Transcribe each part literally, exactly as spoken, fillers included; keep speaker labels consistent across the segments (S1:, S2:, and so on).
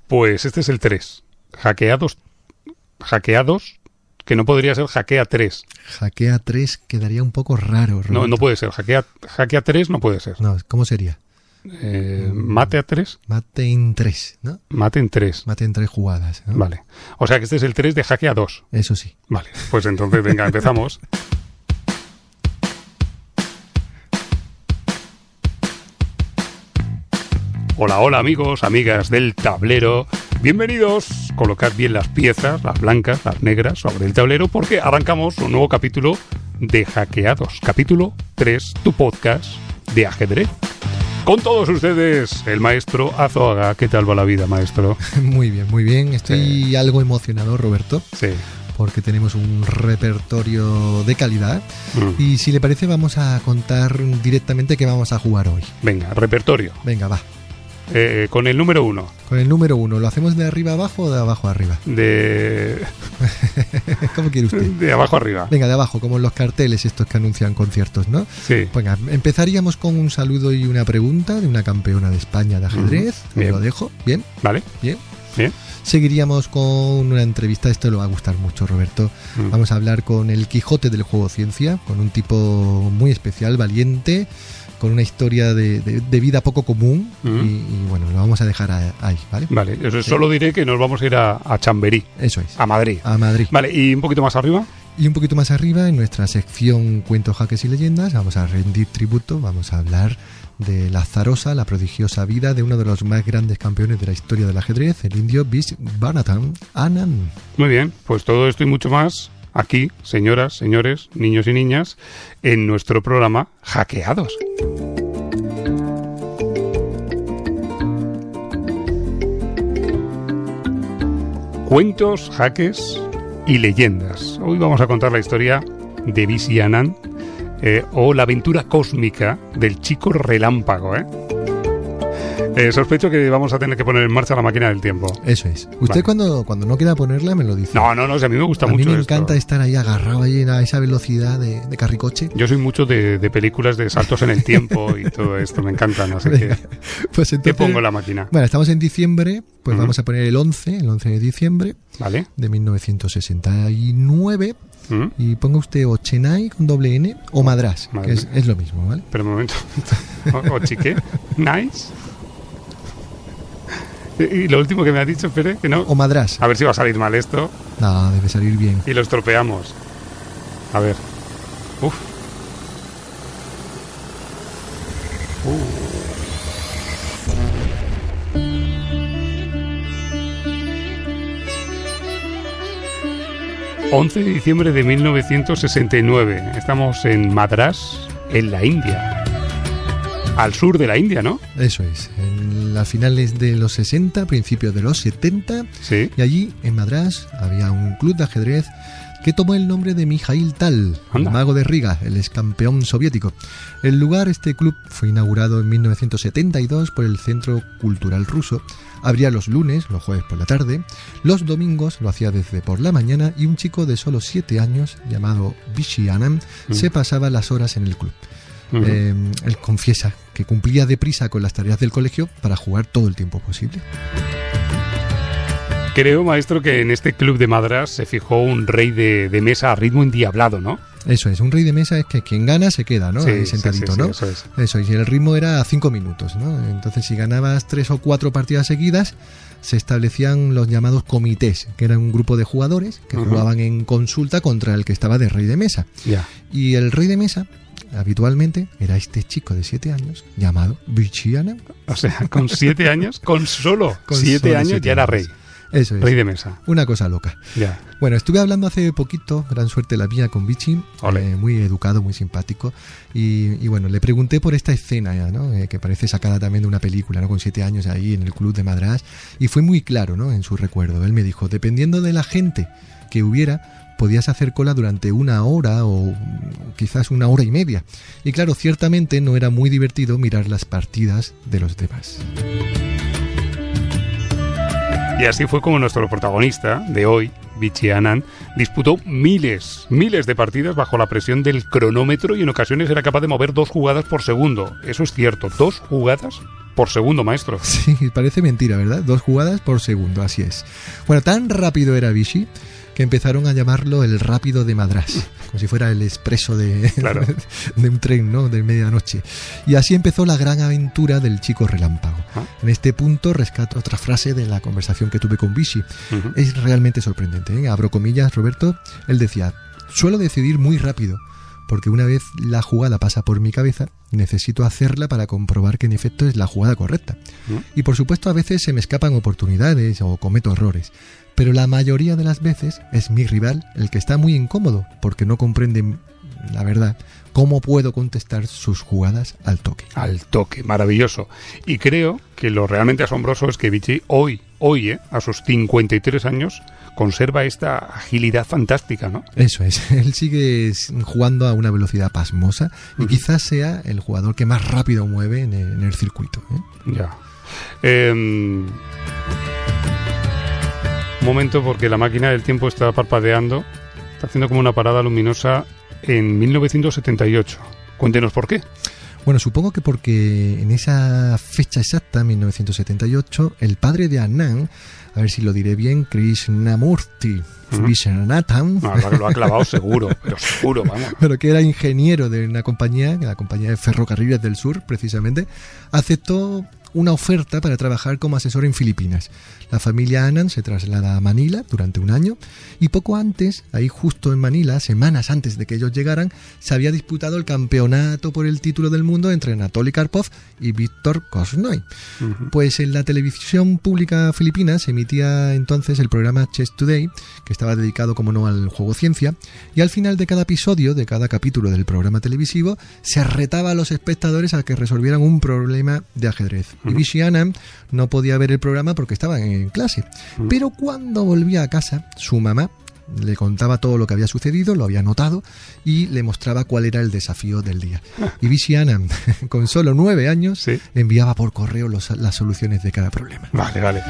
S1: Pues este es el tres. Hackeados, hackeados, que no podría ser hackea tres.
S2: Hackea tres quedaría un poco raro, Roberto.
S1: No, no puede ser. Hackea, hackea tres no puede ser.
S2: No, ¿cómo sería?
S1: Eh, mate a tres.
S2: Mate en tres, ¿no?
S1: Mate en tres.
S2: Mate en tres jugadas, ¿no?
S1: Vale. O sea que este es el tres de hackea dos.
S2: Eso sí.
S1: Vale. Pues entonces, venga, empezamos. Hola, hola amigos, amigas del tablero. Bienvenidos. Colocad bien las piezas, las blancas, las negras, sobre el tablero, porque arrancamos un nuevo capítulo de Hackeados. Capítulo tres, tu podcast de ajedrez. Con todos ustedes, el maestro Azuaga. ¿Qué tal va la vida, maestro?
S2: Muy bien, muy bien. Estoy sí. algo emocionado, Roberto.
S1: Sí.
S2: Porque tenemos un repertorio de calidad. Mm. Y si le parece, vamos a contar directamente qué vamos a jugar hoy.
S1: Venga, repertorio.
S2: Venga, va.
S1: Eh, con el número uno.
S2: Con el número uno. ¿Lo hacemos de arriba abajo o de abajo arriba?
S1: De...
S2: ¿Cómo quiere usted?
S1: De abajo arriba.
S2: Venga, de abajo, como en los carteles estos que anuncian conciertos, ¿no?
S1: Sí.
S2: Venga, empezaríamos con un saludo y una pregunta de una campeona de España de ajedrez. Mm. Me lo dejo. ¿Bien?
S1: Vale.
S2: Bien.
S1: Bien.
S2: Seguiríamos con una entrevista, esto le va a gustar mucho, Roberto. Mm. Vamos a hablar con el Quijote del juego ciencia, con un tipo muy especial, valiente, con una historia de, de, de vida poco común. Mm. y, y bueno, lo vamos a dejar a, ahí, ¿vale?
S1: Vale, eso ¿Sí? Solo diré que nos vamos a ir a, a Chamberí.
S2: Eso es.
S1: A Madrid.
S2: A Madrid.
S1: Vale, ¿y un poquito más arriba?
S2: Y un poquito más arriba, en nuestra sección Cuentos, Jaques y Leyendas, vamos a rendir tributo, vamos a hablar de la azarosa, la prodigiosa vida de uno de los más grandes campeones de la historia del ajedrez, el indio Viswanathan Anand.
S1: Muy bien, pues todo esto y mucho más aquí, señoras, señores, niños y niñas, en nuestro programa Hackeados. Cuentos, jaques y leyendas. Hoy vamos a contar la historia de Viswanathan eh, o la aventura cósmica del chico relámpago, ¿eh? Eh, sospecho que vamos a tener que poner en marcha la máquina del tiempo.
S2: Eso es. Usted vale. cuando, cuando no quiera ponerla me lo dice.
S1: No, no, no, o sea, a mí me gusta
S2: a
S1: mucho
S2: A mí me
S1: esto.
S2: encanta estar ahí agarrado ahí a esa velocidad de, de carricoche.
S1: Yo soy mucho de, de películas de saltos en el tiempo y todo esto, me encantan, así que...
S2: Pues entonces,
S1: ¿qué pongo en la máquina?
S2: Bueno, estamos en diciembre, pues uh-huh. vamos a poner el once, el once de diciembre,
S1: vale,
S2: de mil novecientos sesenta y nueve.
S1: ¿Mm?
S2: Y ponga usted o Chennai con doble N o Madrás, Madre. que es, es lo mismo, ¿vale?
S1: Pero un momento. ¿O, o Chique? ¿Nice? Y lo último que me ha dicho, espere, que no.
S2: O Madrás.
S1: A ver si va a salir mal esto.
S2: No, debe salir bien.
S1: Y lo estropeamos. A ver. Uf. Uh. once de diciembre de mil novecientos sesenta y nueve. Estamos en Madrás, en la India. Al sur de la India, ¿no?
S2: Eso es. En las finales de los sesenta, principios de los setenta.
S1: Sí.
S2: Y allí, en Madrás, había un club de ajedrez que tomó el nombre de Mikhail Tal, el mago de Riga, el ex campeón soviético. El lugar, este club, fue inaugurado en mil novecientos setenta y dos por el Centro Cultural Ruso. Abría los lunes, los jueves por la tarde, los domingos lo hacía desde por la mañana y un chico de solo siete años, llamado Viswanathan, mm. se pasaba las horas en el club. Uh-huh. Eh, él confiesa que cumplía deprisa con las tareas del colegio para jugar todo el tiempo posible.
S1: Creo, maestro, que en este club de Madrás se fijó un rey de, de mesa a ritmo endiablado, ¿no?
S2: Eso es, un rey de mesa es que quien gana se queda, ¿no?
S1: Sí,
S2: ahí sentadito,
S1: sí, sí,
S2: ¿no?
S1: Sí, eso es.
S2: Eso, y el ritmo era cinco minutos, ¿no? Entonces, si ganabas tres o cuatro partidas seguidas, se establecían los llamados comités, que eran un grupo de jugadores que uh-huh. jugaban en consulta contra el que estaba de rey de mesa.
S1: Yeah.
S2: Y el rey de mesa, habitualmente, era este chico de siete años, llamado Viswanathan.
S1: O sea, con siete años, con solo con siete años siete ya era rey.
S2: Eso es.
S1: Rey de mesa.
S2: Una cosa loca.
S1: Ya.
S2: Bueno, estuve hablando hace poquito, gran suerte la mía, con Vichy, eh, muy educado, muy simpático, y, y bueno, le pregunté por esta escena ya, ¿no? Eh, que parece sacada también de una película, ¿no? Con siete años ahí en el club de Madrás, y fue muy claro, ¿no? En su recuerdo. Él me dijo, dependiendo de la gente que hubiera, podías hacer cola durante una hora o quizás una hora y media. Y claro, ciertamente no era muy divertido mirar las partidas de los demás.
S1: Y así fue como nuestro protagonista de hoy, Vichy Anand, disputó miles, miles de partidas bajo la presión del cronómetro y en ocasiones era capaz de mover dos jugadas por segundo. Eso es cierto, dos jugadas por segundo, maestro.
S2: Sí, parece mentira, ¿verdad? Dos jugadas por segundo, así es. Bueno, tan rápido era Vichy que empezaron a llamarlo el rápido de Madrás, como si fuera el expreso de, claro. de un tren, ¿no?, de medianoche. Y así empezó la gran aventura del chico relámpago. ¿Ah? En este punto rescato otra frase de la conversación que tuve con Vichy. Uh-huh. Es realmente sorprendente, ¿eh? Abro comillas, Roberto. Él decía: suelo decidir muy rápido, porque una vez la jugada pasa por mi cabeza, necesito hacerla para comprobar que en efecto es la jugada correcta. ¿Mm? Y por supuesto a veces se me escapan oportunidades o cometo errores, pero la mayoría de las veces es mi rival el que está muy incómodo porque no comprende, la verdad, cómo puedo contestar sus jugadas al toque.
S1: Al toque, maravilloso. Y creo que lo realmente asombroso es que Vichy hoy, hoy, eh, a sus cincuenta y tres años, conserva esta agilidad fantástica, ¿no?
S2: Eso es, él sigue jugando a una velocidad pasmosa y uh-huh. quizás sea el jugador que más rápido mueve en el, en el circuito, ¿eh?
S1: Ya. Eh, un momento, porque la máquina del tiempo está parpadeando, está haciendo como una parada luminosa en mil novecientos setenta y ocho. Cuéntenos por qué.
S2: Bueno, supongo que porque en esa fecha exacta, mil novecientos setenta y ocho, el padre de Anand, a ver si lo diré bien, Krishnamurti uh-huh. Viswanathan,
S1: no, lo ha clavado seguro, pero seguro, vamos.
S2: Pero que era ingeniero de una compañía, la compañía de Ferrocarriles del Sur, precisamente, aceptó una oferta para trabajar como asesor en Filipinas. La familia Anand se traslada a Manila durante un año y poco antes, ahí justo en Manila, semanas antes de que ellos llegaran, se había disputado el campeonato por el título del mundo entre Anatoly Karpov y Víctor Korchnoi. Uh-huh. Pues en la televisión pública filipina se emitía entonces el programa Chess Today, que estaba dedicado, como no, al juego ciencia, y al final de cada episodio, de cada capítulo del programa televisivo, se retaba a los espectadores a que resolvieran un problema de ajedrez. Uh-huh. Y Vichy Anand no podía ver el programa porque estaba en clase. Uh-huh. Pero cuando volvía a casa, su mamá le contaba todo lo que había sucedido, lo había notado y le mostraba cuál era el desafío del día. Y Vichy Anand, con solo nueve años, ¿sí?, enviaba por correo los, las soluciones de cada problema.
S1: Vale, vale.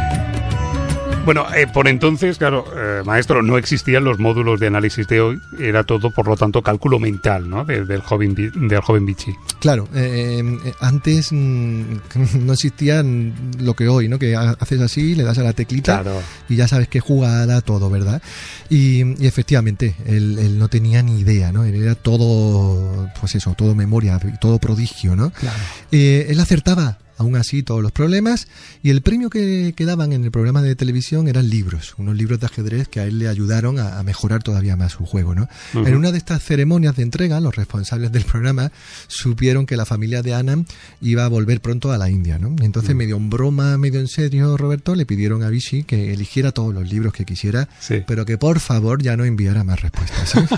S1: Bueno, eh, por entonces, claro, eh, maestro, no existían los módulos de análisis de hoy, era todo, por lo tanto, cálculo mental, ¿no?, de, del joven del joven Vichy.
S2: Claro, eh, eh, antes mmm, no existía lo que hoy, ¿no?, que haces así, le das a la teclita, claro, y ya sabes qué jugada, todo, ¿verdad? Y, y efectivamente, él, él no tenía ni idea, ¿no? Él era todo, pues eso, todo memoria, todo prodigio, ¿no? Claro. Eh, él acertaba aún así todos los problemas, y el premio que, que daban en el programa de televisión eran libros, unos libros de ajedrez que a él le ayudaron a, a mejorar todavía más su juego, ¿no? Uh-huh. En una de estas ceremonias de entrega, los responsables del programa supieron que la familia de Anand iba a volver pronto a la India, ¿no? Entonces, uh-huh, medio en broma, medio en serio, Roberto, le pidieron a Vichy que eligiera todos los libros que quisiera, sí, pero que por favor ya no enviara más respuestas, ¿eh?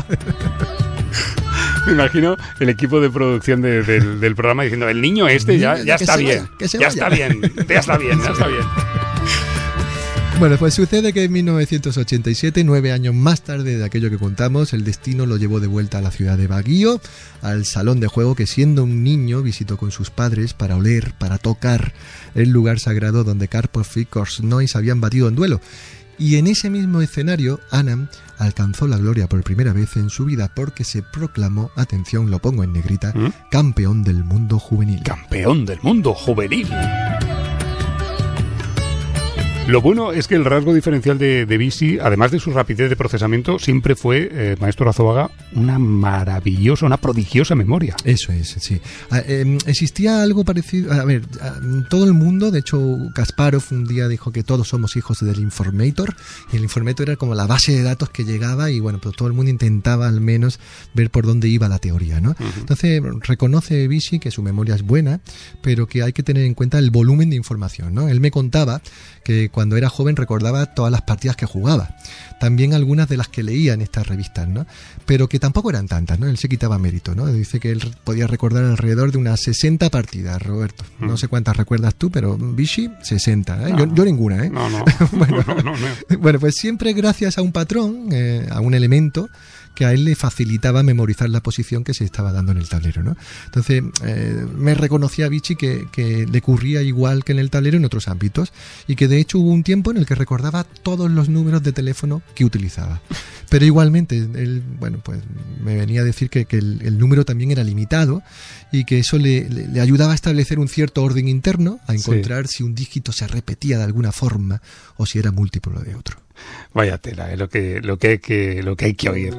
S1: Me imagino el equipo de producción de, de, del programa diciendo: el niño este ya, ya está bien, ya está bien, ya está bien, ya está bien.
S2: Bueno, pues sucede que en mil novecientos ochenta y siete, nueve años más tarde de aquello que contamos, el destino lo llevó de vuelta a la ciudad de Baguio, al salón de juego que, siendo un niño, visitó con sus padres para oler, para tocar el lugar sagrado donde Karpov y Korchnoi se habían batido en duelo. Y en ese mismo escenario, Anand alcanzó la gloria por primera vez en su vida porque se proclamó, atención, lo pongo en negrita, ¿Mm? campeón del mundo juvenil.
S1: Campeón del mundo juvenil. Lo bueno es que el rasgo diferencial de, de Vichy, además de su rapidez de procesamiento, siempre fue, eh, maestro Arzuaga, una maravillosa, una prodigiosa memoria.
S2: Eso es, sí. Ah, eh, existía algo parecido, a ver, a, todo el mundo, de hecho Kasparov un día dijo que todos somos hijos del Informator, y el Informator era como la base de datos que llegaba y bueno, pues todo el mundo intentaba al menos ver por dónde iba la teoría, ¿no? Uh-huh. Entonces reconoce Vichy que su memoria es buena, pero que hay que tener en cuenta el volumen de información, ¿no? Él me contaba que cuando era joven recordaba todas las partidas que jugaba, también algunas de las que leía en estas revistas, ¿no? Pero que tampoco eran tantas, ¿no? Él se quitaba mérito, ¿no? Dice que él podía recordar alrededor de unas sesenta partidas, Roberto. Mm. No sé cuántas recuerdas tú, pero Vichy, sesenta, ¿eh?
S1: No,
S2: yo, yo ninguna, ¿eh?
S1: No, no.
S2: bueno,
S1: no, no, no.
S2: bueno, pues siempre gracias a un patrón, eh, a un elemento que a él le facilitaba memorizar la posición que se estaba dando en el tablero, ¿no? Entonces, eh, me reconocía a Vichy que, que le ocurría igual que en el tablero en otros ámbitos, y que de hecho hubo un tiempo en el que recordaba todos los números de teléfono que utilizaba. Pero igualmente, él, bueno, pues me venía a decir que, que el, el número también era limitado y que eso le, le, le ayudaba a establecer un cierto orden interno, a encontrar sí. si un dígito se repetía de alguna forma o si era múltiplo de otro.
S1: Vaya tela, es lo que, lo que hay que, lo que hay que oír.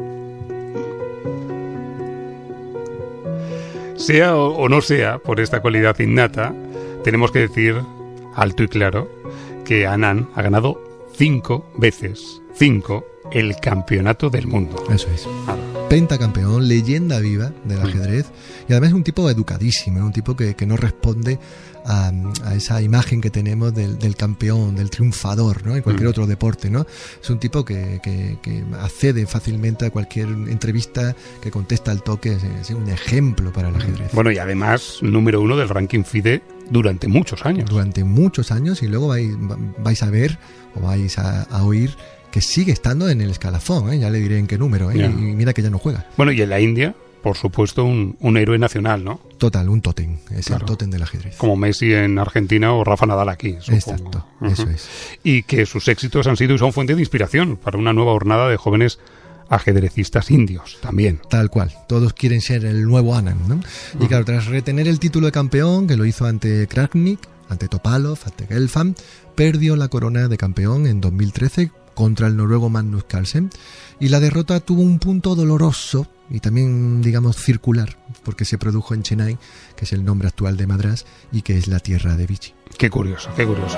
S1: Sea o, o no sea por esta cualidad innata, tenemos que decir alto y claro que Anand ha ganado cinco veces, cinco, el campeonato del mundo.
S2: Eso es. Ah. Pentacampeón, leyenda viva del ajedrez, y además es un tipo educadísimo, es un tipo que, que no responde a, a esa imagen que tenemos del, del campeón, del triunfador, ¿no? En cualquier mm. otro deporte, ¿no? Es un tipo que, que, que accede fácilmente a cualquier entrevista, que contesta al toque, es, es un ejemplo para el ajedrez.
S1: Bueno, y además número uno del ranking FIDE durante muchos años.
S2: Durante muchos años, y luego vais, vais a ver o vais a, a oír que sigue estando en el escalafón, ¿eh? Ya le diré en qué número, ¿eh? Y mira que ya no juega.
S1: Bueno, y en la India, por supuesto, un, un héroe nacional, ¿no?
S2: Total, un tótem, es claro. El tótem del ajedrez.
S1: Como Messi en Argentina o Rafa Nadal aquí, supongo.
S2: Exacto, uh-huh. Eso es.
S1: Y que sus éxitos han sido y son fuente de inspiración para una nueva hornada de jóvenes ajedrecistas indios también.
S2: Tal cual, todos quieren ser el nuevo Anand, ¿no? Uh-huh. Y claro, tras retener el título de campeón, que lo hizo ante Kravnik, ante Topalov, ante Gelfand, perdió la corona de campeón en dos mil trece contra el noruego Magnus Carlsen, y la derrota tuvo un punto doloroso y también, digamos, circular, porque se produjo en Chennai, que es el nombre actual de Madrás y que es la tierra de Vichy.
S1: Qué curioso, qué curioso.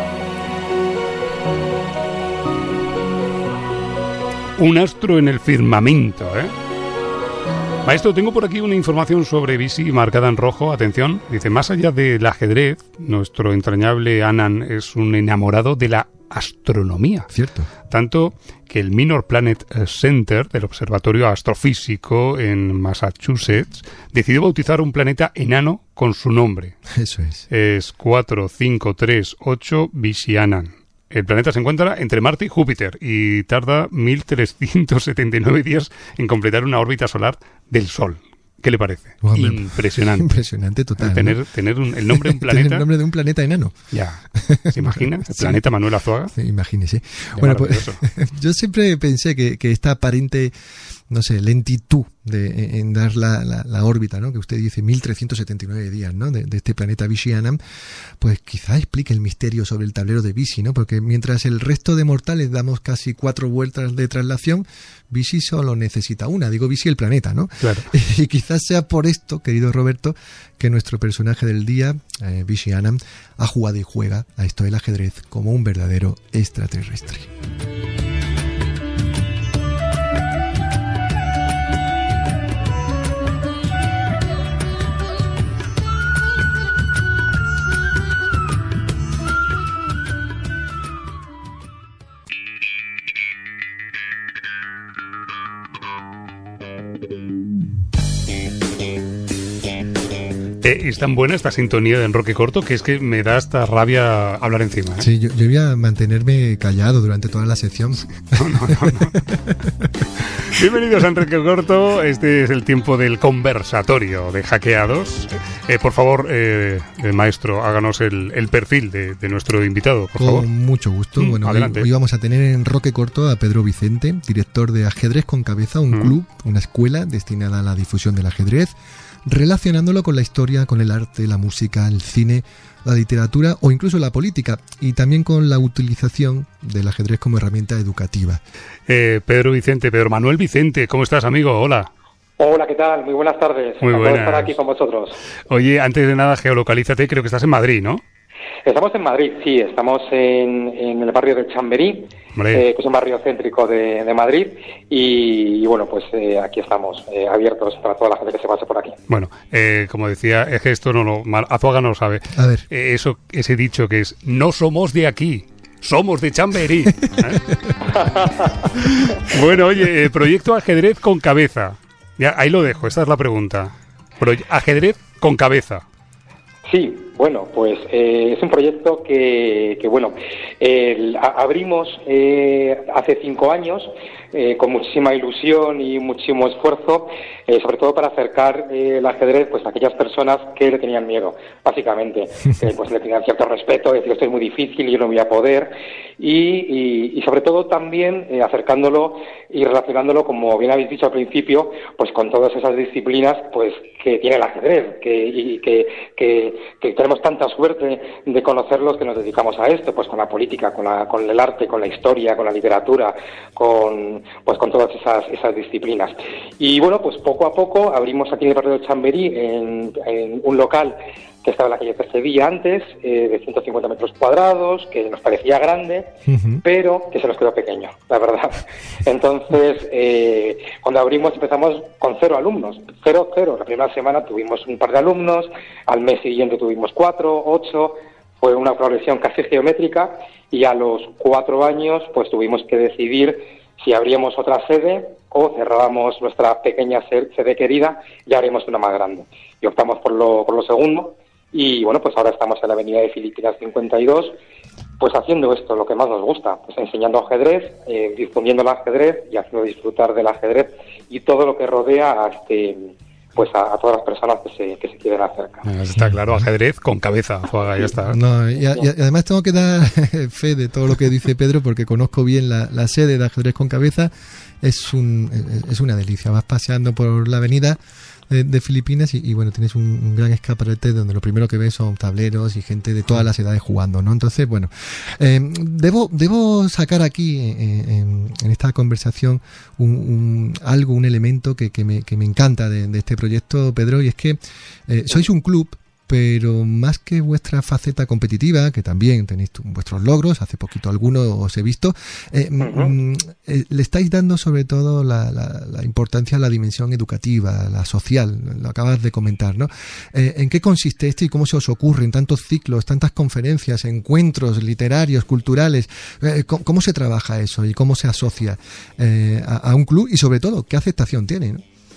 S1: Un astro en el firmamento, ¿eh? Maestro, tengo por aquí una información sobre Vichy marcada en rojo. Atención, dice, más allá del ajedrez, nuestro entrañable Anand es un enamorado de la astronomía.
S2: Cierto.
S1: Tanto que el Minor Planet Center del Observatorio Astrofísico en Massachusetts decidió bautizar un planeta enano con su nombre.
S2: Eso es.
S1: Es cuatro cinco tres ocho Vichy Anand. El planeta se encuentra entre Marte y Júpiter y tarda mil trescientos setenta y nueve días en completar una órbita solar del Sol. ¿Qué le parece? Wow, impresionante.
S2: Impresionante total.
S1: Tener, ¿no? tener un, el nombre de un planeta.
S2: Tener el nombre de un planeta enano.
S1: Ya. ¿Se imagina? El sí. planeta Manuel Azuaga.
S2: Sí, imagínese. Ya, bueno, pues yo siempre pensé que, que esta aparente, no sé, lentitud de, en dar la, la, la órbita, ¿no? Que usted dice mil trescientos setenta y nueve días, ¿no? De, de este planeta Vichy Anand, pues quizá explique el misterio sobre el tablero de Vichy, ¿no? Porque mientras el resto de mortales damos casi cuatro vueltas de traslación, Vichy solo necesita una, digo Vichy el planeta, ¿no?
S1: Claro.
S2: Y quizás sea por esto, querido Roberto, que nuestro personaje del día, eh, Vichy Anand, ha jugado y juega a esto del ajedrez como un verdadero extraterrestre.
S1: Eh, es tan buena esta sintonía de Enroque Corto que es que me da hasta rabia hablar encima, ¿eh?
S2: Sí, yo, yo voy a mantenerme callado durante toda la sección.
S1: No, no, no, no. Bienvenidos a Enroque Corto. Este es el tiempo del conversatorio de Hackeados. Eh, por favor, eh, eh, maestro, háganos el, el perfil de, de nuestro invitado, por
S2: Con
S1: favor.
S2: Con mucho gusto. Mm, bueno, hoy, hoy vamos a tener en Enroque Corto a Pedro Vicente, director de Ajedrez con Cabeza, un mm. club, una escuela destinada a la difusión del ajedrez, relacionándolo con la historia, con el arte, la música, el cine, la literatura o incluso la política, y también con la utilización del ajedrez como herramienta educativa.
S1: Eh, Pedro Vicente, Pedro Manuel Vicente, ¿cómo estás, amigo? Hola.
S3: Hola, ¿qué tal? Muy buenas tardes.
S1: Muy buenas.
S3: estar aquí con vosotros.
S1: Oye, antes de nada, geolocalízate, creo que estás en Madrid, ¿no?
S3: Estamos en Madrid, sí, estamos en, en el barrio de Chamberí, eh, que es un barrio céntrico de, de Madrid, y, y bueno, pues eh, aquí estamos, eh, abiertos para toda la gente que se pase por aquí.
S1: Bueno, eh, como decía, es que esto no lo, Azuaga no lo sabe.
S2: A ver.
S1: Eh, eso, ese dicho que es, no somos de aquí, somos de Chamberí. ¿Eh? Bueno, oye, eh, proyecto Ajedrez con Cabeza. Ya, ahí lo dejo, esta es la pregunta. Pro- ajedrez con Cabeza.
S3: Sí, bueno, pues eh, es un proyecto que, que bueno, el, a, abrimos eh, hace cinco años eh, con muchísima ilusión y muchísimo esfuerzo, eh, sobre todo para acercar eh, el ajedrez pues a aquellas personas que le tenían miedo, básicamente, eh, pues le tenían cierto respeto, decir esto es muy difícil y yo no voy a poder, y, y, y sobre todo también eh, acercándolo y relacionándolo, como bien habéis dicho al principio, pues con todas esas disciplinas pues que tiene el ajedrez, que, y que, que, que tenemos tanta suerte de conocerlos que nos dedicamos a esto, pues con la política, con, la, con el arte, con la historia, con la literatura, con pues con todas esas, esas disciplinas. Y bueno, pues poco a poco abrimos aquí en el barrio de Chamberí en, en un local que estaba en la calle Percebilla antes, eh, de ciento cincuenta metros cuadrados, que nos parecía grande, uh-huh. pero que se nos quedó pequeño, la verdad. Entonces, eh, cuando abrimos empezamos con cero alumnos, cero, cero. La primera semana tuvimos un par de alumnos, al mes siguiente tuvimos cuatro, ocho, fue una progresión casi geométrica, y a los cuatro años pues tuvimos que decidir si abríamos otra sede o cerrábamos nuestra pequeña sede querida y haremos una más grande. Y optamos por lo, por lo segundo. Y bueno, pues ahora estamos en la avenida de Filipinas cincuenta y dos, pues haciendo esto, lo que más nos gusta, pues enseñando ajedrez, eh, difundiendo el ajedrez y haciendo disfrutar del ajedrez y todo lo que rodea a este, pues a, a todas las personas que se, que se quieren acercar.
S1: Está claro, ajedrez con cabeza, Zuaga, ya está.
S2: No, y, y además tengo que dar fe de todo lo que dice Pedro, porque conozco bien la, la sede de ajedrez con cabeza. Es un es una delicia, vas paseando por la avenida de, de Filipinas y, y bueno, tienes un, un gran escaparate donde lo primero que ves son tableros y gente de todas las edades jugando, ¿no? Entonces, bueno, eh, debo debo sacar aquí eh, en, en esta conversación un, un, algo, un elemento que, que, me, que me encanta de, de este proyecto, Pedro, y es que eh, sois un club, pero más que vuestra faceta competitiva, que también tenéis vuestros logros, hace poquito algunos os he visto, eh, uh-huh. eh, le estáis dando sobre todo la, la, la importancia a la dimensión educativa, la social, lo acabas de comentar, ¿no? Eh, ¿En qué consiste esto y cómo se os ocurren tantos ciclos, tantas conferencias, encuentros literarios, culturales? Eh, ¿cómo, ¿Cómo se trabaja eso y cómo se asocia eh, a, a un club y sobre todo qué aceptación tiene, ¿no?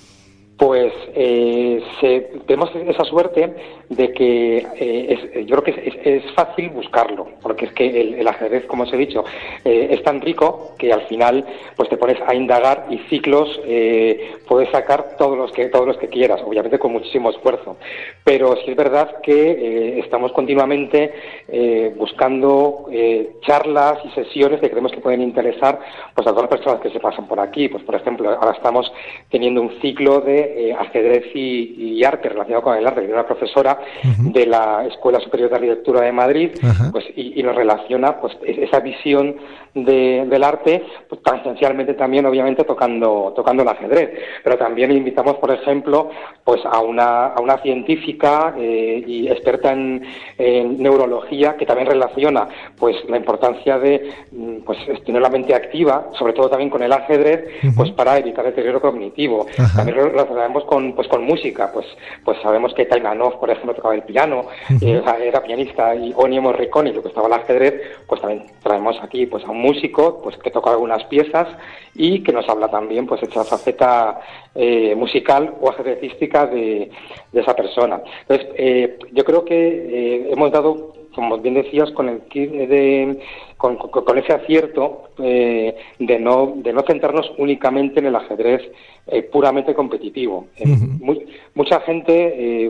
S3: Pues eh, se, tenemos esa suerte de que eh, es, yo creo que es, es, es fácil buscarlo, porque es que el, el ajedrez, como os he dicho, eh, es tan rico que al final pues te pones a indagar y ciclos eh, puedes sacar todos los que todos los que quieras, obviamente con muchísimo esfuerzo. Pero sí es verdad que eh, estamos continuamente eh, buscando eh, charlas y sesiones que creemos que pueden interesar pues a todas las personas que se pasan por aquí. Pues por ejemplo, ahora estamos teniendo un ciclo de Eh, ajedrez y, y arte relacionado con el arte, de una profesora uh-huh. de la Escuela Superior de Arquitectura de Madrid, uh-huh. pues y, y nos relaciona pues esa visión de, del arte, pues tangencialmente también obviamente tocando tocando el ajedrez, pero también invitamos por ejemplo pues a una a una científica eh, y experta en, en neurología que también relaciona pues la importancia de pues tener la mente activa, sobre todo también con el ajedrez, uh-huh. pues para evitar el deterioro cognitivo. Uh-huh. También sabemos con pues con música, pues pues sabemos que Taimanov, por ejemplo, tocaba el piano, uh-huh. eh, era pianista, y Ennio Morricone, que estaba el ajedrez, pues también traemos aquí pues a un músico pues que toca algunas piezas y que nos habla también pues de esa faceta eh, musical o ajedrecística de, de esa persona. Entonces, eh, yo creo que eh, hemos dado, como bien decías, con el de con, con, con ese acierto eh, de no de no centrarnos únicamente en el ajedrez eh, puramente competitivo. Eh, uh-huh. muy, mucha gente eh,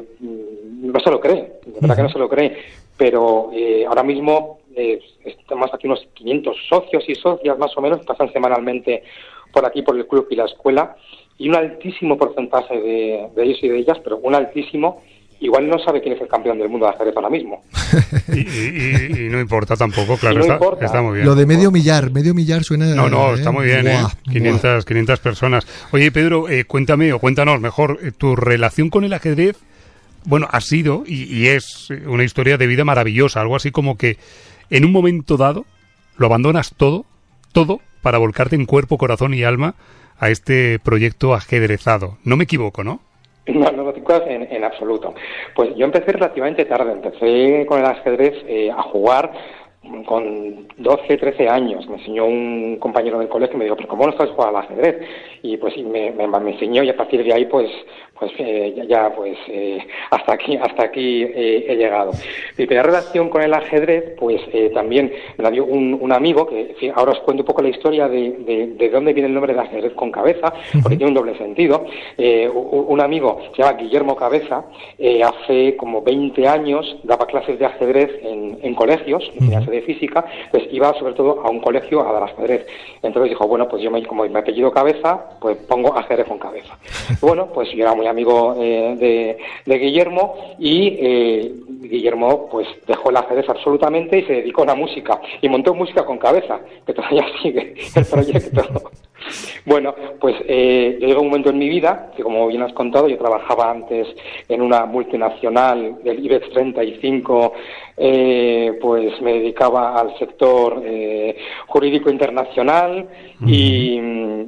S3: no se lo cree, de verdad uh-huh. que no se lo cree, pero eh, ahora mismo eh, estamos aquí unos quinientos socios y socias más o menos, pasan semanalmente por aquí por el club y la escuela, y un altísimo porcentaje de, de ellos y de ellas, pero un altísimo, igual no sabe quién es el campeón del mundo de ajedrez ahora mismo.
S1: y, y, y no importa tampoco, claro, no está, importa. Está muy bien.
S2: Lo de medio millar, medio millar suena...
S1: No, no,
S2: ¿eh?
S1: Está muy bien, buah, ¿eh? quinientas, quinientas personas. Oye, Pedro, eh, cuéntame, o cuéntanos mejor, eh, tu relación con el ajedrez, bueno, ha sido y, y es una historia de vida maravillosa, algo así como que en un momento dado lo abandonas todo, todo, para volcarte en cuerpo, corazón y alma a este proyecto ajedrezado. No me equivoco, ¿no?
S3: No, no lo digo en, en absoluto. Pues yo empecé relativamente tarde, empecé con el ajedrez eh, a jugar con doce, trece años. Me enseñó un compañero del colegio y me dijo, pero ¿cómo no sabes jugar al ajedrez? Y pues me, me, me enseñó, y a partir de ahí pues pues eh, ya, ya pues eh, hasta aquí hasta aquí eh, he llegado. Mi primera relación con el ajedrez pues eh, también me la dio un, un amigo, que en fin, ahora os cuento un poco la historia de, de, de dónde viene el nombre de ajedrez con cabeza, porque tiene un doble sentido. Eh, un, un amigo se llama Guillermo Cabeza, eh, hace como veinte años daba clases de ajedrez en, en colegios, en clases de física, pues iba sobre todo a un colegio a dar ajedrez. Entonces dijo, bueno, pues yo me, como me apellido Cabeza, pues pongo ajedrez con cabeza. Bueno, pues yo era muy amigo eh, de, de Guillermo, y eh, Guillermo pues dejó el ajedrez absolutamente y se dedicó a la música, y montó música con cabeza, que todavía sigue el proyecto. Bueno, pues eh, llegó un momento en mi vida que, como bien has contado, yo trabajaba antes en una multinacional del IBEX treinta y cinco, eh, pues me dedicaba al sector eh, jurídico internacional, uh-huh. y,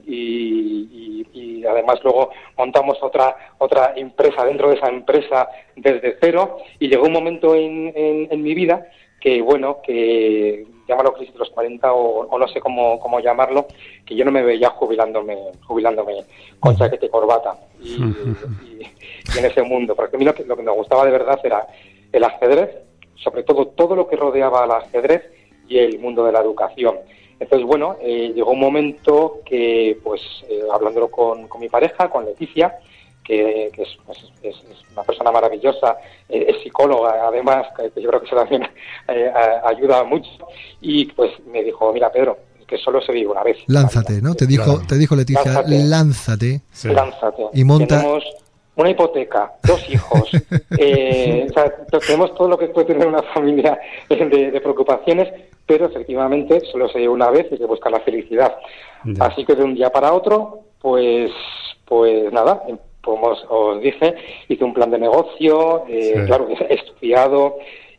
S3: y, y, y además luego montamos otra otra empresa dentro de esa empresa desde cero, y llegó un momento en, en, en mi vida que, bueno, que llámalo crisis de los cuarenta o, o no sé cómo, cómo llamarlo, que yo no me veía jubilándome jubilándome con chaqueta y corbata y, y, y en ese mundo, porque a mí lo que, lo que me gustaba de verdad era el ajedrez, sobre todo todo lo que rodeaba al ajedrez y el mundo de la educación. Entonces, bueno, eh, llegó un momento que, pues, eh, hablándolo con, con mi pareja, con Leticia, que, que es, pues, es, es una persona maravillosa, eh, es psicóloga, además, que yo creo que eso también eh, ayuda mucho, y pues me dijo, mira, Pedro, que solo se vive una vez.
S2: Lánzate, ¿no? Te dijo, claro. te dijo Leticia, lánzate. Lánzate.
S3: Sí. Lánzate.
S2: Y monta...
S3: Tenemos una hipoteca, dos hijos, eh, o sea, tenemos todo lo que puede tener una familia de, de preocupaciones, pero efectivamente solo se vive una vez y hay que buscar la felicidad. Ya. Así que de un día para otro, pues, pues nada, como os, os dije, hice un plan de negocio, eh, sí. claro, he estudiado,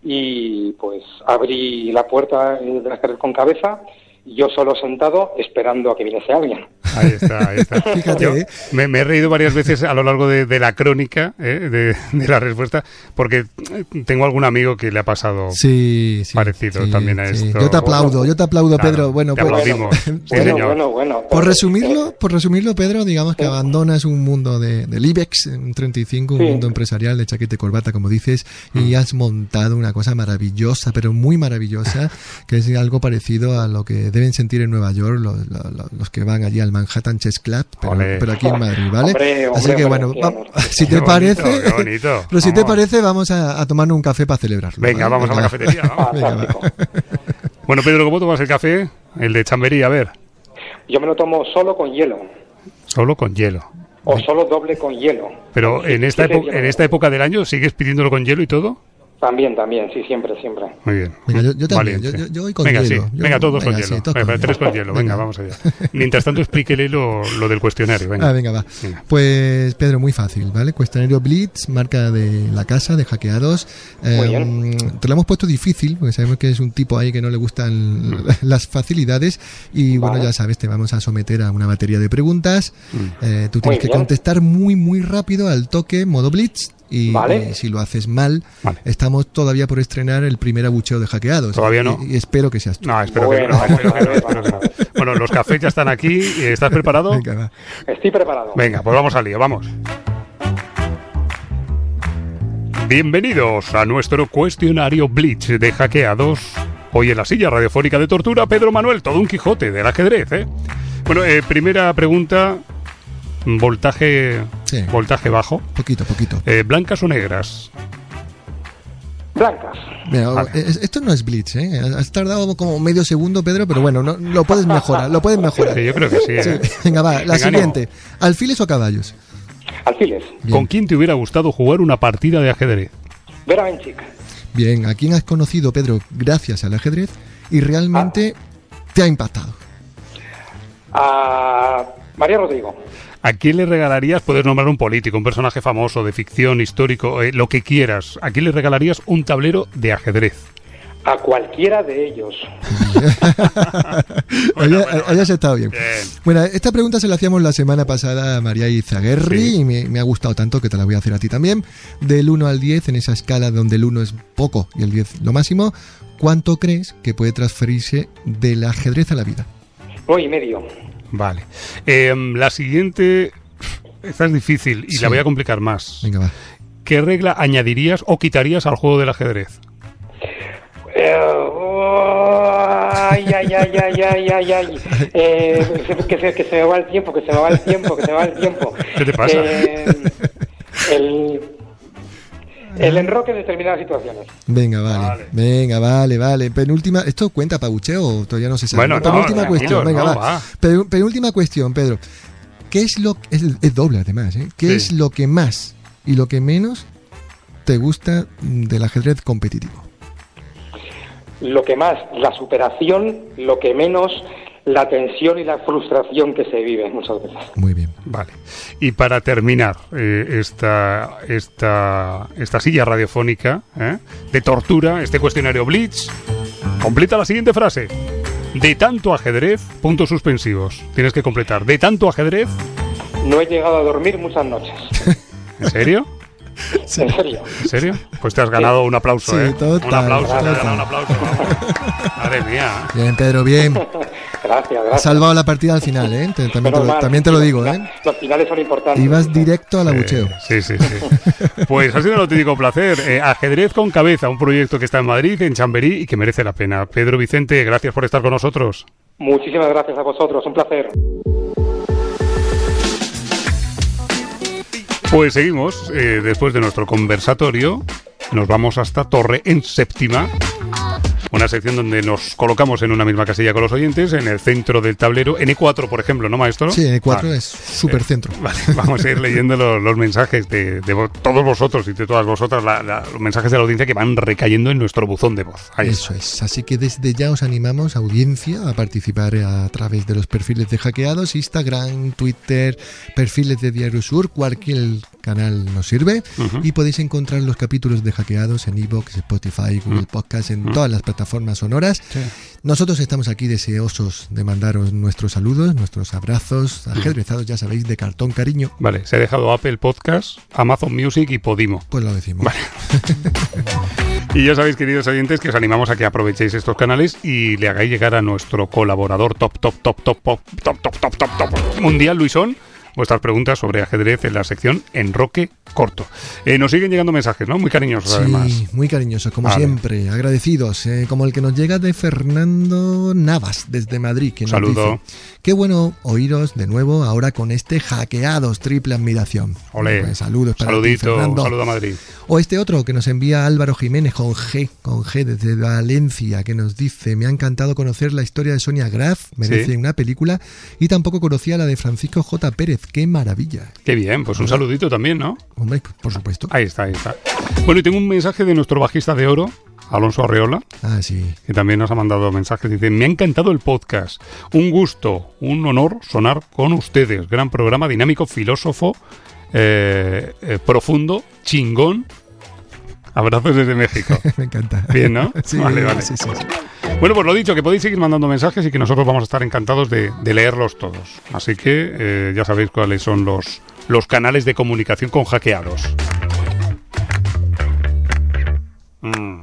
S3: y pues abrí la puerta de la carrera con cabeza, yo solo sentado esperando a que viniese alguien.
S1: Ahí está, ahí está. Fíjate, Yo, ¿eh? me, me he reído varias veces a lo largo de, de la crónica, ¿eh? de, de la respuesta, porque tengo algún amigo que le ha pasado
S2: sí, sí,
S1: parecido sí, también a sí. esto.
S2: Yo te aplaudo, yo te aplaudo, claro, Pedro. Bueno,
S1: te
S2: pues,
S1: aplaudimos.
S3: Bueno, sí, bueno, bueno, bueno,
S2: por resumirlo, por resumirlo, Pedro, digamos que sí. abandonas un mundo de, del IBEX, un treinta y cinco, un sí. mundo empresarial de chaqueta y corbata, como dices, mm. y has montado una cosa maravillosa, pero muy maravillosa, que es algo parecido a lo que deben sentir en Nueva York los, los, los que van allí al Manhattan Chess Club, pero, pero aquí en Madrid, ¿vale?
S3: Hombre, hombre,
S2: Así que bueno,
S3: hombre,
S2: vamos, si te
S1: bonito,
S2: parece,
S1: qué bonito.
S2: pero si
S1: vamos.
S2: te parece, vamos a, a tomar un café para celebrarlo.
S1: Venga,
S2: ¿vale?
S1: vamos Venga. a la cafetería. ¿No?
S2: Venga, va.
S1: Bueno, Pedro, ¿cómo tomas el café? El de Chamberí, a ver.
S3: Yo me lo tomo solo con hielo.
S1: Solo con hielo.
S3: O solo doble con hielo.
S1: Pero en esta, época, en esta época del año, ¿sigues pidiéndolo con hielo y todo?
S3: También, también, sí, siempre, siempre.
S1: Muy bien.
S2: Venga, yo, yo también, yo, yo, yo voy con
S1: venga,
S2: hielo.
S1: Sí.
S2: Yo,
S1: venga, todos
S2: venga,
S1: con
S2: sí,
S1: hielo.
S2: todos
S1: venga,
S2: con
S1: tres
S2: hielo.
S1: con hielo.
S2: Venga,
S1: venga, vamos allá. Mientras tanto, explíquele lo, lo del cuestionario. Venga.
S2: Ah, venga, va.
S1: Venga.
S2: Pues, Pedro, muy fácil, ¿vale? Cuestionario Blitz, marca de la casa, de Hackeados.
S3: Muy
S2: eh,
S3: bien.
S2: Te lo hemos puesto difícil, porque sabemos que es un tipo ahí que no le gustan mm. las facilidades. Y bueno, vale. ya sabes, te vamos a someter a una batería de preguntas. Mm. Eh, tú tienes muy que bien. contestar muy, muy rápido al toque, modo Blitz. Y, vale. y si lo haces mal, vale. estamos todavía por estrenar el primer abucheo de Hackeados.
S1: Todavía no.
S2: Y, y espero que seas tú.
S1: No, espero bueno, que no. Espero que no, espero que no. Bueno, los cafés ya están aquí. ¿Estás preparado?
S2: Venga, va.
S3: Estoy preparado.
S1: Venga, pues vamos al lío, vamos. Bienvenidos a nuestro cuestionario Blitz de Hackeados. Hoy en la silla radiofónica de tortura, Pedro Manuel, todo un Quijote del ajedrez, ¿eh? Bueno, eh, primera pregunta... Voltaje sí. voltaje bajo.
S2: Poquito, poquito.
S1: Eh, ¿Blancas o negras?
S3: Blancas.
S2: Mira, vale. Esto no es Blitz, ¿eh? Has tardado como medio segundo, Pedro, pero bueno, no, lo puedes mejorar, lo puedes mejorar.
S1: Sí, yo creo que sí. ¿eh?
S2: sí. Venga, va, la Venga, siguiente. No. ¿Alfiles o caballos?
S3: Alfiles.
S1: Bien. ¿Con quién te hubiera gustado jugar una partida de ajedrez?
S3: Vera Benchik.
S2: Bien, ¿a quién has conocido, Pedro, gracias al ajedrez y realmente ah. te ha impactado?
S3: A María Rodrigo.
S1: ¿A quién le regalarías, puedes nombrar un político, un personaje famoso, de ficción, histórico, eh, lo que quieras, ¿a quién le regalarías un tablero de ajedrez?
S3: A cualquiera de ellos.
S2: bueno, bueno, hayas estado bien. bien. Bueno, esta pregunta se la hacíamos la semana pasada a María Izaguirre sí. y me, me ha gustado tanto que te la voy a hacer a ti también. Del uno al diez, en esa escala donde el uno es poco y el diez lo máximo, ¿cuánto crees que puede transferirse del ajedrez a la vida?
S3: Nueve y medio.
S1: Vale. Eh, la siguiente, esta es difícil y sí. la voy a complicar más.
S2: Venga, va.
S1: ¿Qué regla añadirías o quitarías al juego del ajedrez?
S3: Eh, oh, ay, ay, ay, ay, ay, ay, ay. Eh, que, se, que se me va el tiempo, que se me va el tiempo, que se me va el tiempo.
S1: ¿Qué te pasa?
S3: Eh, el, el enroque de determinadas situaciones.
S2: Venga, vale, vale. Venga, vale, vale. Penúltima, ¿esto cuenta para bucheo o todavía no se sabe?
S1: Bueno, no,
S2: penúltima
S1: no,
S2: cuestión, venga,
S1: no,
S2: va. va. Pen, penúltima cuestión, Pedro. ¿Qué es lo es, es doble además, ¿eh? ¿Qué sí. es lo que más y lo que menos te gusta del ajedrez competitivo?
S3: Lo que más, la superación, lo que menos, la tensión y la frustración que se vive muchas veces.
S2: Muy bien.
S1: Vale. Y para terminar eh, esta, esta, esta silla radiofónica ¿eh? de tortura, este cuestionario Blitz, completa la siguiente frase. De tanto ajedrez, puntos suspensivos. Tienes que completar. De tanto ajedrez...
S3: No he llegado a dormir muchas noches.
S1: ¿En serio?
S3: Sí. ¿En serio?
S1: ¿En serio? Pues te has ganado sí. un aplauso,
S2: sí,
S1: ¿eh?
S2: Total,
S1: un aplauso,
S2: total.
S1: te has ganado un aplauso. Madre mía.
S2: Bien, Pedro, bien.
S3: Gracias, gracias.
S2: Has salvado la partida al final, ¿eh? Te, también, te lo, mal, también te lo digo, ¿eh?
S3: Los finales son importantes.
S2: Ibas directo al abucheo.
S1: Sí, sí, sí. Pues ha sido un auténtico placer. Eh, Ajedrez con Cabeza, un proyecto que está en Madrid, en Chamberí, y que merece la pena. Pedro Vicente, gracias por estar con nosotros.
S3: Muchísimas gracias a vosotros, un placer.
S1: Pues seguimos, eh, después de nuestro conversatorio, nos vamos hasta Torre en Séptima, una sección donde nos colocamos en una misma casilla con los oyentes, en el centro del tablero, en E cuatro, por ejemplo, ¿no, maestro?
S2: Sí, en E cuatro vale. es súper centro.
S1: Eh, vale, vamos a ir leyendo los, los mensajes de, de vo- todos vosotros y de todas vosotras, la, la, los mensajes de la audiencia que van recayendo en nuestro buzón de voz. Ahí
S2: Eso
S1: está.
S2: es, así que desde ya os animamos, audiencia, a participar a través de los perfiles de Hackeados, Instagram, Twitter, perfiles de Diario Sur, cualquier canal nos sirve, uh-huh. y podéis encontrar los capítulos de Hackeados en iVoox, Spotify, Google uh-huh. Podcast, en uh-huh. todas las plataformas sonoras. Sí. Nosotros estamos aquí deseosos de mandaros nuestros saludos, nuestros abrazos ajedrezados, ya sabéis, de cartón cariño.
S1: Vale, se ha dejado Apple Podcast, Amazon Music y Podimo.
S2: Pues lo decimos.
S1: Vale. Y ya sabéis, queridos oyentes, que os animamos a que aprovechéis estos canales y le hagáis llegar a nuestro colaborador top, top, top, top, top, top, top, top, top, top mundial, Luisón, vuestras preguntas sobre ajedrez en la sección Enroque Corto. Eh, nos siguen llegando mensajes, ¿no? Muy cariñosos,
S2: sí,
S1: además.
S2: Sí, muy cariñosos, como
S1: vale.
S2: siempre. Agradecidos, eh, como el que nos llega de Fernando Navas, desde Madrid, que nos
S1: Saludo.
S2: dice: qué bueno oíros de nuevo ahora con este Hackeados, triple admiración.
S1: Olé.
S2: Pues saludos para
S1: Saludito,
S2: ti, Fernando.
S1: saludo a Madrid.
S2: O este otro que nos envía Álvaro Jiménez con G, con G desde Valencia, que nos dice: me ha encantado conocer la historia de Sonia Graf, merece ¿sí? una película, y tampoco conocía la de Francisco J. Pérez, qué maravilla.
S1: Qué bien, pues un ¿verdad? Saludito también, ¿no?
S2: Hombre, por supuesto.
S1: Ahí está, ahí está. Bueno, y tengo un mensaje de nuestro bajista de oro, Alonso Arreola,
S2: ah, sí.
S1: que también nos ha mandado mensajes. Dice: me ha encantado el podcast, un gusto, un honor sonar con ustedes, gran programa, dinámico, filósofo, eh, eh, profundo, chingón. Abrazos desde México.
S2: Me encanta.
S1: Bien, ¿no?
S2: Sí,
S1: vale, vale.
S2: Sí, sí, sí.
S1: Bueno, pues lo dicho, que podéis seguir mandando mensajes y que nosotros vamos a estar encantados de, de leerlos todos. Así que eh, ya sabéis cuáles son los, los canales de comunicación con Hackeados. Mm.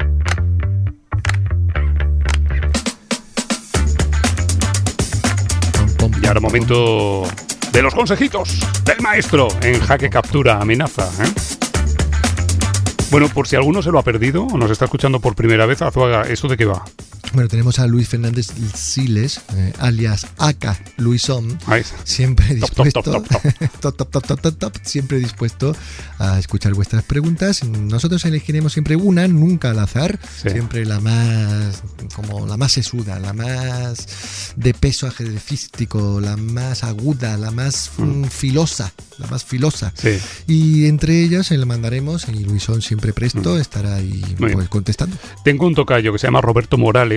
S1: Y ahora momento de los consejitos del maestro en Jaque Captura Amenaza, ¿eh? Bueno, por si alguno se lo ha perdido o nos está escuchando por primera vez, Azuaga, ¿eso de qué va?
S2: Bueno, tenemos a Luis Fernández Siles, eh, alias Aka Luisón,
S1: Ahí.
S2: siempre dispuesto,
S1: top, top, top, top.
S2: top, top, top, top, top, top, siempre dispuesto a escuchar vuestras preguntas. Nosotros elegiremos siempre una, nunca al azar, sí. siempre la más, como la más sesuda, la más de peso ajedrecístico, la más aguda, la más mm. filosa, la más filosa.
S1: Sí.
S2: Y entre ellas se la mandaremos y Luisón siempre presto mm. estará ahí pues, contestando.
S1: Tengo un tocayo que se llama Roberto Morales,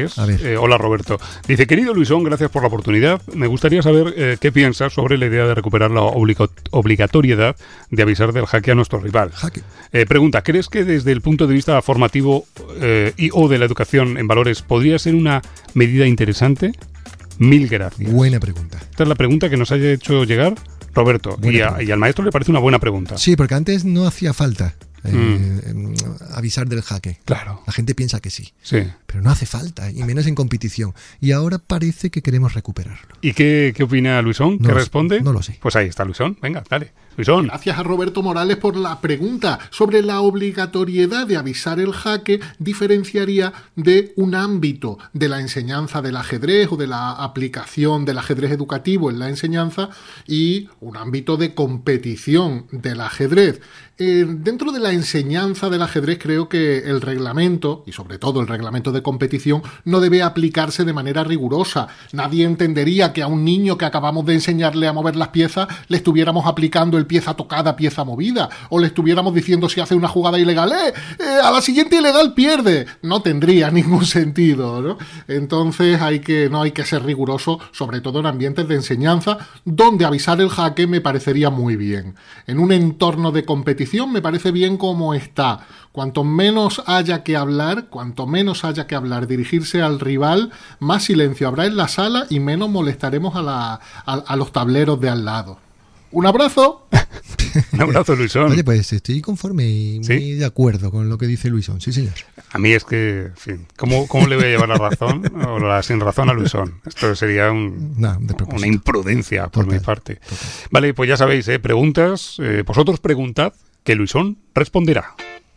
S1: Morales. Eh, hola, Roberto. Dice, querido Luisón, gracias por la oportunidad. Me gustaría saber eh, qué piensas sobre la idea de recuperar la obliga- obligatoriedad de avisar del jaque a nuestro rival.
S2: Jaque.
S1: Eh, pregunta, ¿crees que desde el punto de vista formativo eh, y o de la educación en valores podría ser una medida interesante? Mil gracias.
S2: Buena pregunta.
S1: Esta es la pregunta que nos haya hecho llegar Roberto. Y, a, y al maestro le parece una buena pregunta.
S2: Sí, porque antes no hacía falta eh, mm. avisar del jaque.
S1: Claro.
S2: La gente piensa que sí.
S1: Sí.
S2: Pero no hace falta, y menos en competición. Y ahora parece que queremos recuperarlo.
S1: ¿Y qué, qué opina Luisón? ¿Qué
S2: no
S1: responde?
S2: No lo sé.
S1: Pues ahí está Luisón. Venga, dale. Luisón.
S4: Gracias a Roberto Morales por la pregunta sobre la obligatoriedad de avisar el jaque. Diferenciaría de un ámbito de la enseñanza del ajedrez o de la aplicación del ajedrez educativo en la enseñanza y un ámbito de competición del ajedrez. Eh, dentro de la enseñanza del ajedrez creo que el reglamento, y sobre todo el reglamento de competición, no debe aplicarse de manera rigurosa. Nadie entendería que a un niño que acabamos de enseñarle a mover las piezas le estuviéramos aplicando el pieza tocada, pieza movida, o le estuviéramos diciendo si hace una jugada ilegal, ¡eh! eh a la siguiente ilegal pierde. No tendría ningún sentido, ¿no? Entonces hay que, no hay que ser riguroso, sobre todo en ambientes de enseñanza, donde avisar el jaque me parecería muy bien. En un entorno de competición me parece bien como está. Cuanto menos haya que hablar, cuanto menos haya que hablar, dirigirse al rival, más silencio habrá en la sala y menos molestaremos a, la, a, a los tableros de al lado. ¡Un abrazo!
S1: Un abrazo, Luisón.
S2: Oye, pues estoy conforme y
S1: ¿Sí?
S2: muy de acuerdo con lo que dice Luisón. Sí, señor.
S1: A mí es que, en fin, ¿cómo, cómo le voy a llevar la razón o la sin razón a Luisón? Esto sería un,
S2: no,
S1: una imprudencia por
S2: total,
S1: mi parte.
S2: Total.
S1: Vale, pues ya sabéis, ¿eh? Preguntas. Eh, vosotros preguntad que Luisón responderá.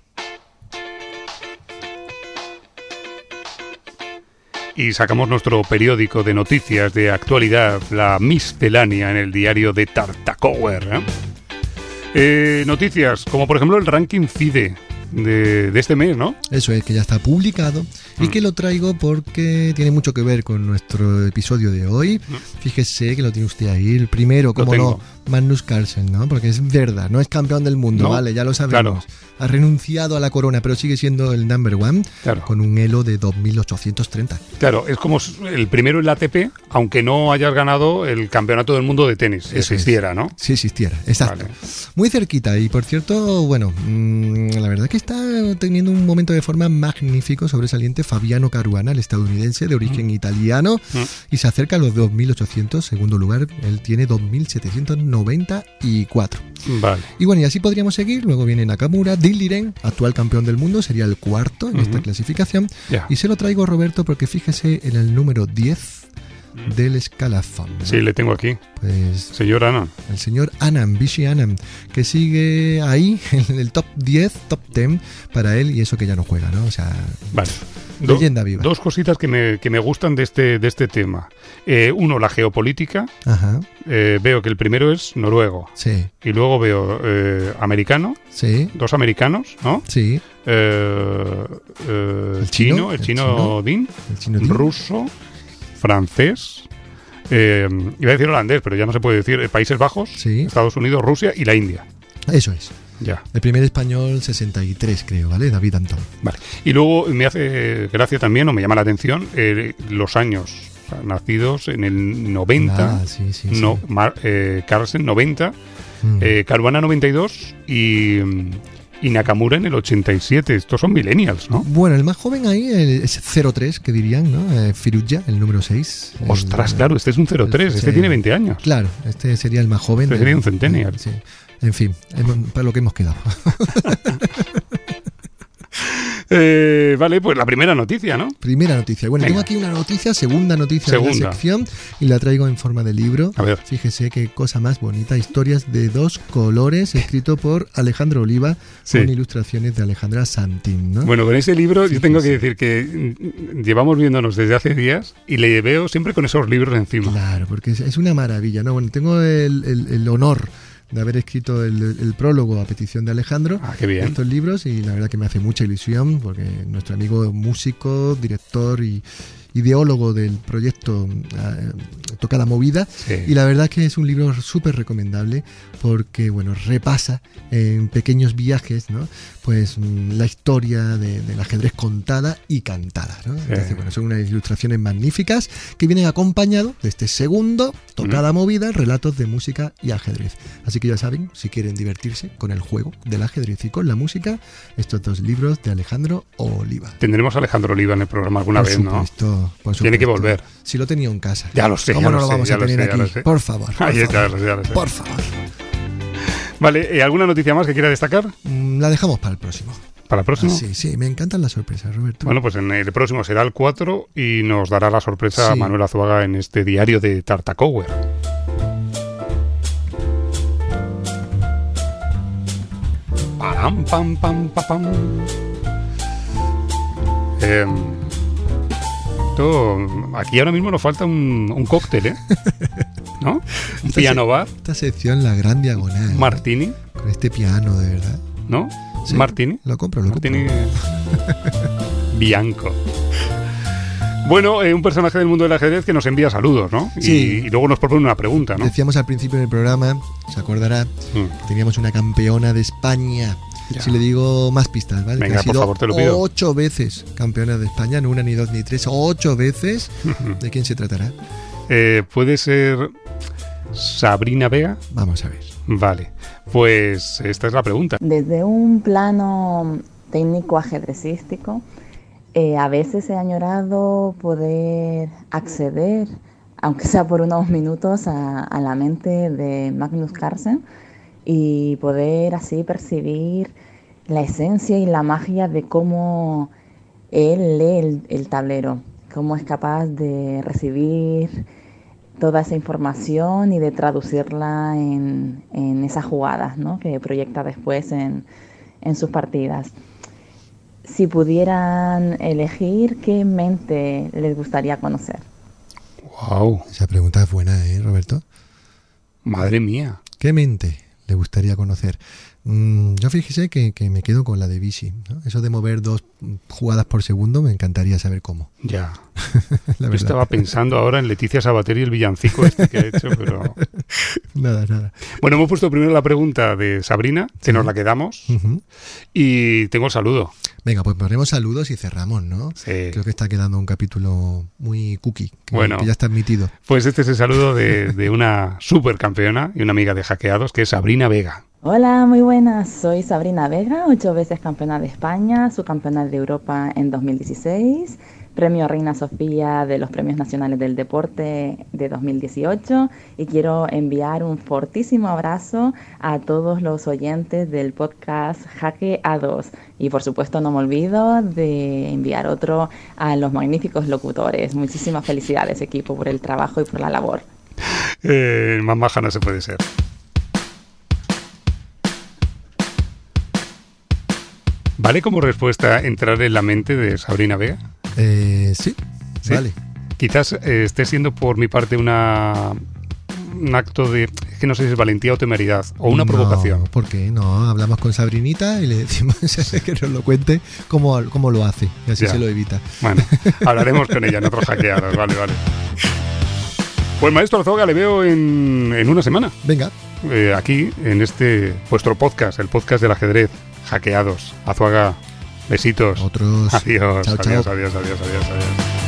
S1: Y sacamos nuestro periódico de noticias de actualidad, la miscelánea, en el diario de Tartacower. ¿eh? Eh, noticias, como por ejemplo el ranking FIDE de, de este mes, ¿no?
S2: Eso es, que ya está publicado y que lo traigo porque tiene mucho que ver con nuestro episodio de hoy. Fíjese que lo tiene usted ahí, el primero, como no, Magnus Carlsen, ¿no? Porque es verdad, no es campeón del mundo, no, vale, ya lo sabemos. Claro. Ha renunciado a la corona, pero sigue siendo el number one, claro, con un elo de dos mil ochocientos treinta.
S1: Claro, es como el primero en la A T P, aunque no hayas ganado el campeonato del mundo de tenis, si existiera, es. ¿no?
S2: Si existiera, exacto. Vale. Muy cerquita, y por cierto, bueno, mmm, la verdad que está teniendo un momento de forma magnífico, sobresaliente, Fabiano Caruana, el estadounidense de origen mm. italiano, mm. y se acerca a los dos mil ochocientos, segundo lugar, él tiene dos mil setecientos noventa y cuatro.
S1: Vale.
S2: Y bueno, y así podríamos seguir, luego viene Nakamura, Liren, actual campeón del mundo, sería el cuarto en uh-huh. esta clasificación. Yeah. Y se lo traigo, Roberto, porque fíjese en el número diez del escalafón, ¿no?
S1: Sí, le tengo aquí.
S2: Pues
S1: señor Anand.
S2: El señor Anand, Vishy Anand, que sigue ahí en el top diez, top diez para él, y eso que ya no juega, ¿no? O sea,
S1: vale.
S2: leyenda viva.
S1: Dos cositas que me, que me gustan de este, de este tema. Eh, uno, la geopolítica.
S2: Ajá.
S1: Eh, veo que el primero es noruego.
S2: Sí.
S1: Y luego veo eh, americano.
S2: Sí.
S1: Dos americanos, ¿no?
S2: Sí.
S1: Eh, eh, ¿El chino? chino el, el chino, chino Din.
S2: El chino Din.
S1: Ruso. Francés. Eh, iba a decir holandés, pero ya no se puede decir. Países Bajos.
S2: Sí.
S1: Estados Unidos, Rusia y la India.
S2: Eso es.
S1: Ya.
S2: El primer español sesenta y tres, creo, ¿vale? David Antón.
S1: Vale. Y luego me hace gracia también, o me llama la atención, eh, los años, o sea, nacidos en el noventa.
S2: Ah, sí, sí,
S1: no,
S2: sí.
S1: Mar, eh, Carlsen noventa, mm. eh, Caruana noventa y dos y, y Nakamura en el ochenta y siete. Estos son millennials, ¿no?
S2: Bueno, el más joven ahí es cero tres, que dirían, ¿no? Eh, Firuja, el número seis.
S1: Ostras,
S2: el,
S1: claro, este es un cero tres, este
S2: sí,
S1: tiene veinte años.
S2: Claro, este sería el más joven.
S1: Este
S2: de,
S1: sería un centennial.
S2: Sí. En fin, para lo que hemos quedado.
S1: eh, vale, pues la primera noticia, ¿no?
S2: Primera noticia. Bueno, Venga. Tengo aquí una noticia, segunda noticia segunda. de la sección, y la traigo en forma de libro.
S1: A ver.
S2: Fíjese qué cosa más bonita. Historias de dos colores, escrito por Alejandro Oliva, sí, con ilustraciones de Alejandra Santín, ¿no?
S1: Bueno, con ese libro sí, yo tengo sí, que decir que llevamos viéndonos desde hace días y le veo siempre con esos libros encima.
S2: Claro, porque es, es una maravilla, ¿no? Bueno, tengo el, el, el honor de haber escrito el, el prólogo a petición de Alejandro,
S1: ah, qué bien.
S2: estos libros, y la verdad que me hace mucha ilusión porque nuestro amigo músico, director y, ideólogo del proyecto eh, Toca la Movida,
S1: sí.
S2: Y la verdad es que es un libro súper recomendable porque, bueno, repasa en pequeños viajes, ¿no? Pues la historia de, del ajedrez contada y cantada, ¿no?
S1: Sí.
S2: Entonces, bueno, son unas ilustraciones magníficas que vienen acompañado de este segundo Toca la Movida, relatos de música y ajedrez. Así que ya saben, si quieren divertirse con el juego del ajedrez y con la música, estos dos libros de Alejandro Oliva.
S1: Tendremos a Alejandro Oliva en el programa alguna
S2: por
S1: vez,
S2: supuesto,
S1: ¿no?
S2: Por supuesto.
S1: Tiene que volver.
S2: Si lo tenía en casa.
S1: Ya lo sé,
S2: ¿Cómo
S1: ya
S2: no
S1: lo
S2: lo
S1: sé,
S2: vamos
S1: ya
S2: a
S1: lo
S2: tener
S1: sé, ya
S2: aquí?
S1: lo sé.
S2: Por favor, por
S1: Ahí
S2: favor.
S1: ya lo sé, ya lo sé.
S2: Por favor.
S1: Vale, ¿y alguna noticia más que quiera destacar?
S2: Mm, La dejamos para el próximo.
S1: ¿Para el próximo?
S2: Ah, sí, sí, me encantan las sorpresas, Roberto.
S1: Bueno, pues en el próximo será el cuatro y nos dará la sorpresa
S2: Sí.
S1: Manuel Azuaga en este diario de Tartacower. Pam, pam, pam, pam, pam. Eh, esto, aquí ahora mismo nos falta un, un cóctel, ¿eh? ¿No? Un
S2: Esta
S1: piano
S2: se-
S1: bar,
S2: Esta sección, la gran diagonal.
S1: un martini,
S2: Con este piano, de verdad.
S1: ¿no?
S2: Sí,
S1: Un martini.
S2: Lo compro, lo
S1: Martini
S2: compro.
S1: Bianco. Bueno, eh, un personaje del mundo del ajedrez que nos envía saludos, ¿no? Y,
S2: Sí.
S1: y luego nos propone una pregunta, ¿no?
S2: Decíamos al principio del programa, se acordará,
S1: Mm.
S2: que teníamos una campeona de España.
S1: Ya.
S2: Si le digo más pistas, ¿vale?
S1: Venga,
S2: que ha
S1: por
S2: sido
S1: favor, te lo pido.
S2: ocho veces campeona de España, no una, ni dos, ni tres, ocho veces. ¿De quién se tratará?
S1: Eh, ¿Puede ser Sabrina Vega?
S2: Vamos a ver.
S1: Vale, pues esta es la pregunta.
S5: Desde un plano técnico ajedrecístico, eh, a veces he añorado poder acceder, aunque sea por unos minutos, a, a la mente de Magnus Carlsen y poder así percibir la esencia y la magia de cómo él lee el, el tablero, cómo es capaz de recibir toda esa información y de traducirla en, en esas jugadas, ¿no? Que proyecta después en, en sus partidas. Si pudieran elegir, ¿qué mente les gustaría conocer?
S1: Wow,
S2: Esa pregunta es buena, ¿eh, Roberto?
S1: madre mía.
S2: ¿Qué mente le gustaría conocer? Mm, yo fíjese que, que me quedo con la de Vichy, ¿no? Eso de mover dos jugadas por segundo me encantaría saber cómo.
S1: Ya.
S2: La
S1: Yo
S2: verdad.
S1: estaba pensando ahora en Leticia Sabater y el villancico este que ha hecho, pero...
S2: Nada, nada.
S1: Bueno, hemos puesto primero la pregunta de Sabrina, que
S2: Sí.
S1: nos la quedamos,
S2: Ujú.
S1: y tengo el saludo.
S2: Venga, pues ponemos saludos y cerramos, ¿no?
S1: Sí.
S2: Creo que está quedando un capítulo muy cookie, que,
S1: Bueno.
S2: que ya está admitido.
S1: Pues este es el saludo de, de una supercampeona y una amiga de Hackeados, que es Sabrina Vega.
S5: Hola, muy buenas. Soy Sabrina Vega, ocho veces campeona de España, subcampeona de Europa en dos mil dieciséis, premio Reina Sofía de los Premios Nacionales del Deporte de dos mil dieciocho y quiero enviar un fortísimo abrazo a todos los oyentes del podcast Hackeados. Y por supuesto no me olvido de enviar otro a los magníficos locutores. Muchísimas felicidades, equipo, por el trabajo y por la labor.
S1: Eh, más maja no se puede ser. ¿Vale como respuesta entrar en la mente de Sabrina Vega?
S2: Eh, sí,
S1: Sí.
S2: vale.
S1: Quizás eh, esté siendo por mi parte una un acto de, es que no sé si es valentía o temeridad, o una
S2: No,
S1: provocación.
S2: ¿por qué? No, hablamos con Sabrinita y le decimos que nos lo cuente cómo, cómo lo hace, y así
S1: Ya.
S2: se lo evita.
S1: Bueno, hablaremos con ella en otros hackeados, vale, vale. Pues maestro Azuaga, le veo en, en una semana,
S2: Venga,
S1: eh, aquí, en este, vuestro podcast, el podcast del ajedrez, Hackeados. Azuaga, besitos.
S2: otros.
S1: Adiós,
S2: Chao,
S1: adiós,
S2: chao.
S1: adiós, adiós, adiós, adiós.